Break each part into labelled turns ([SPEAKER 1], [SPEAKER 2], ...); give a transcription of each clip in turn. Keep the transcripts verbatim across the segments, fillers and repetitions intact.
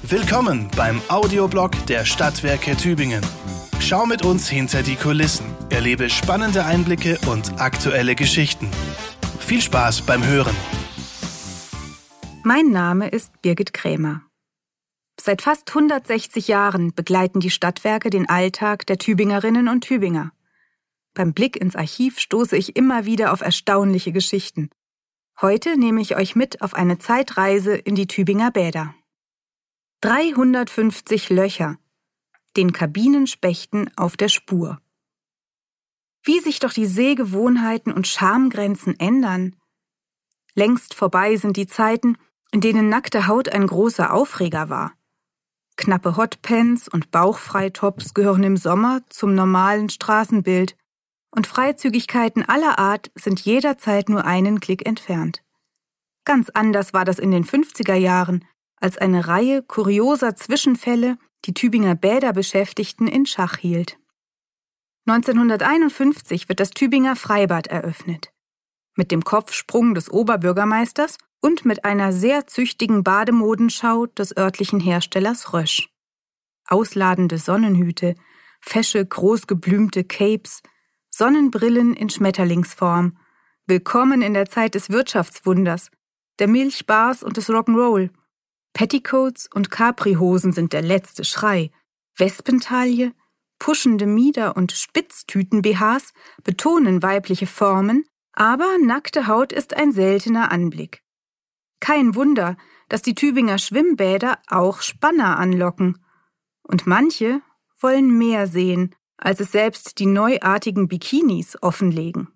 [SPEAKER 1] Willkommen beim Audioblog der Stadtwerke Tübingen. Schau mit uns hinter die Kulissen, erlebe spannende Einblicke und aktuelle Geschichten. Viel Spaß beim Hören.
[SPEAKER 2] Mein Name ist Birgit Krämer. Seit fast hundertsechzig Jahren begleiten die Stadtwerke den Alltag der Tübingerinnen und Tübinger. Beim Blick ins Archiv stoße ich immer wieder auf erstaunliche Geschichten. Heute nehme ich euch mit auf eine Zeitreise in die Tübinger Bäder. dreihundertfünfzig Löcher, den Kabinenspechten auf der Spur. Wie sich doch die Sehgewohnheiten und Schamgrenzen ändern. Längst vorbei sind die Zeiten, in denen nackte Haut ein großer Aufreger war. Knappe Hotpants und Bauchfreitops gehören im Sommer zum normalen Straßenbild und Freizügigkeiten aller Art sind jederzeit nur einen Klick entfernt. Ganz anders war das in den fünfziger Jahren, als eine Reihe kurioser Zwischenfälle die Tübinger Bäderbeschäftigten in Schach hielt. neunzehnhunderteinundfünfzig wird das Tübinger Freibad eröffnet. Mit dem Kopfsprung des Oberbürgermeisters und mit einer sehr züchtigen Bademodenschau des örtlichen Herstellers Rösch. Ausladende Sonnenhüte, fesche, großgeblümte Capes, Sonnenbrillen in Schmetterlingsform. Willkommen in der Zeit des Wirtschaftswunders, der Milchbars und des Rock'n'Roll. Petticoats und Capri-Hosen sind der letzte Schrei. Wespentaille, puschende Mieder und Spitztüten-B Hs betonen weibliche Formen, aber nackte Haut ist ein seltener Anblick. Kein Wunder, dass die Tübinger Schwimmbäder auch Spanner anlocken. Und manche wollen mehr sehen, als es selbst die neuartigen Bikinis offenlegen.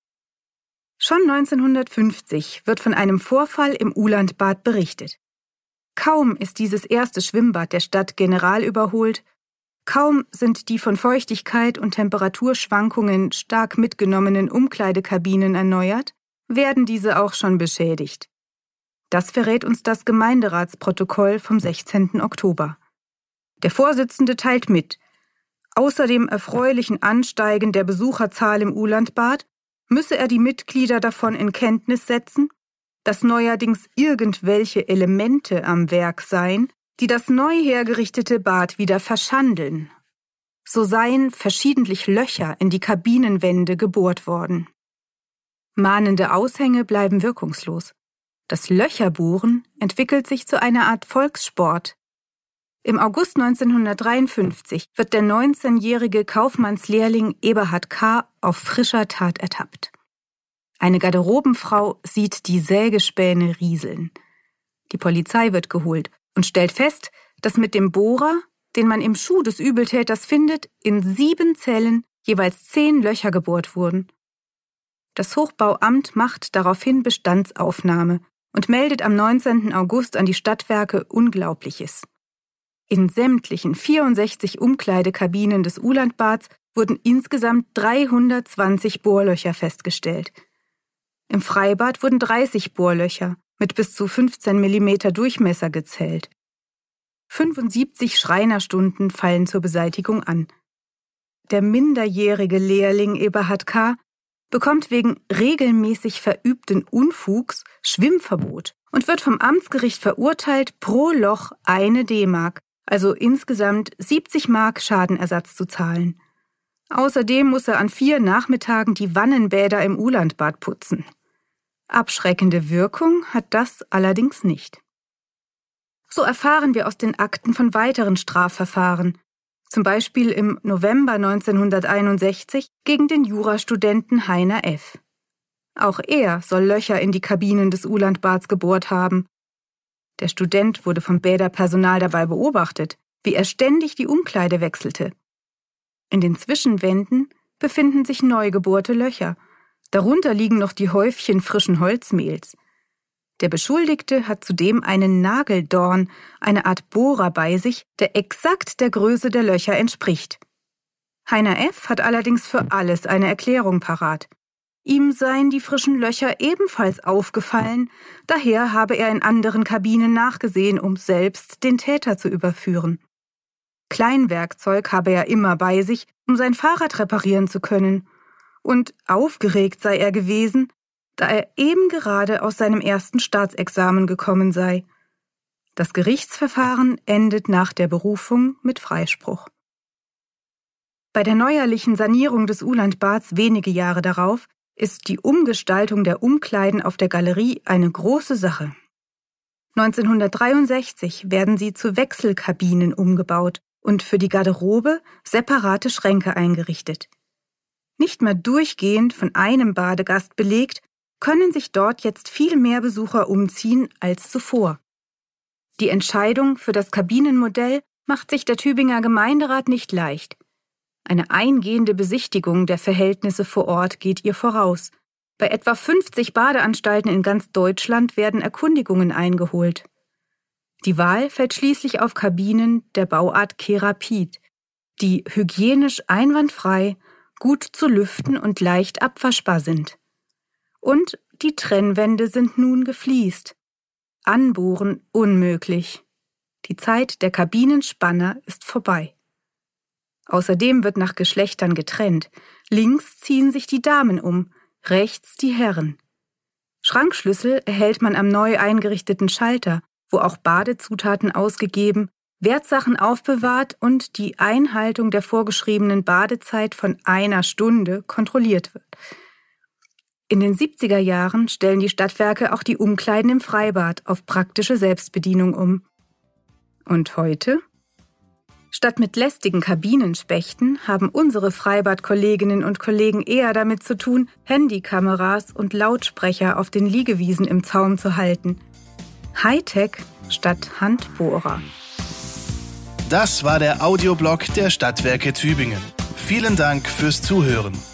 [SPEAKER 2] Schon neunzehnhundertfünfzig wird von einem Vorfall im Ulandbad berichtet. Kaum ist dieses erste Schwimmbad der Stadt generalüberholt, kaum sind die von Feuchtigkeit und Temperaturschwankungen stark mitgenommenen Umkleidekabinen erneuert, werden diese auch schon beschädigt. Das verrät uns das Gemeinderatsprotokoll vom sechzehnten Oktober. Der Vorsitzende teilt mit, außer dem erfreulichen Ansteigen der Besucherzahl im Ulandbad müsse er die Mitglieder davon in Kenntnis setzen, dass neuerdings irgendwelche Elemente am Werk seien, die das neu hergerichtete Bad wieder verschandeln. So seien verschiedentlich Löcher in die Kabinenwände gebohrt worden. Mahnende Aushänge bleiben wirkungslos. Das Löcherbohren entwickelt sich zu einer Art Volkssport. Im August neunzehnhundertdreiundfünfzig wird der neunzehnjährige Kaufmannslehrling Eberhard K. auf frischer Tat ertappt. Eine Garderobenfrau sieht die Sägespäne rieseln. Die Polizei wird geholt und stellt fest, dass mit dem Bohrer, den man im Schuh des Übeltäters findet, in sieben Zellen jeweils zehn Löcher gebohrt wurden. Das Hochbauamt macht daraufhin Bestandsaufnahme und meldet am neunzehnten August an die Stadtwerke Unglaubliches. In sämtlichen vierundsechzig Umkleidekabinen des Ulandbads wurden insgesamt dreihundertzwanzig Bohrlöcher festgestellt. Im Freibad wurden dreißig Bohrlöcher mit bis zu fünfzehn Millimeter Durchmesser gezählt. fünfundsiebzig Schreinerstunden fallen zur Beseitigung an. Der minderjährige Lehrling Eberhard K. bekommt wegen regelmäßig verübten Unfugs Schwimmverbot und wird vom Amtsgericht verurteilt, pro Loch eine D-Mark, also insgesamt siebzig Mark Schadenersatz zu zahlen. Außerdem muss er an vier Nachmittagen die Wannenbäder im Ulandbad putzen. Abschreckende Wirkung hat das allerdings nicht. So erfahren wir aus den Akten von weiteren Strafverfahren, zum Beispiel im November neunzehnhunderteinundsechzig gegen den Jurastudenten Heiner F. Auch er soll Löcher in die Kabinen des Ulandbads gebohrt haben. Der Student wurde vom Bäderpersonal dabei beobachtet, wie er ständig die Umkleide wechselte. In den Zwischenwänden befinden sich neu gebohrte Löcher. Darunter liegen noch die Häufchen frischen Holzmehls. Der Beschuldigte hat zudem einen Nageldorn, eine Art Bohrer bei sich, der exakt der Größe der Löcher entspricht. Heiner F. hat allerdings für alles eine Erklärung parat. Ihm seien die frischen Löcher ebenfalls aufgefallen, daher habe er in anderen Kabinen nachgesehen, um selbst den Täter zu überführen. Kleinwerkzeug habe er immer bei sich, um sein Fahrrad reparieren zu können. Und aufgeregt sei er gewesen, da er eben gerade aus seinem ersten Staatsexamen gekommen sei. Das Gerichtsverfahren endet nach der Berufung mit Freispruch. Bei der neuerlichen Sanierung des Ulandbads wenige Jahre darauf ist die Umgestaltung der Umkleiden auf der Galerie eine große Sache. neunzehnhundertdreiundsechzig werden sie zu Wechselkabinen umgebaut und für die Garderobe separate Schränke eingerichtet. Nicht mehr durchgehend von einem Badegast belegt, können sich dort jetzt viel mehr Besucher umziehen als zuvor. Die Entscheidung für das Kabinenmodell macht sich der Tübinger Gemeinderat nicht leicht. Eine eingehende Besichtigung der Verhältnisse vor Ort geht ihr voraus. Bei etwa fünfzig Badeanstalten in ganz Deutschland werden Erkundigungen eingeholt. Die Wahl fällt schließlich auf Kabinen der Bauart Kerapit, die hygienisch einwandfrei, gut zu lüften und leicht abwaschbar sind. Und die Trennwände sind nun gefliest. Anbohren unmöglich. Die Zeit der Kabinenspanner ist vorbei. Außerdem wird nach Geschlechtern getrennt. Links ziehen sich die Damen um, rechts die Herren. Schrankschlüssel erhält man am neu eingerichteten Schalter, wo auch Badezutaten ausgegeben, Wertsachen aufbewahrt und die Einhaltung der vorgeschriebenen Badezeit von einer Stunde kontrolliert wird. In den siebziger Jahren stellen die Stadtwerke auch die Umkleiden im Freibad auf praktische Selbstbedienung um. Und heute? Statt mit lästigen Kabinenspechten haben unsere Freibadkolleginnen und Kollegen eher damit zu tun, Handykameras und Lautsprecher auf den Liegewiesen im Zaum zu halten. Hightech statt Handbohrer.
[SPEAKER 1] Das war der Audioblog der Stadtwerke Tübingen. Vielen Dank fürs Zuhören.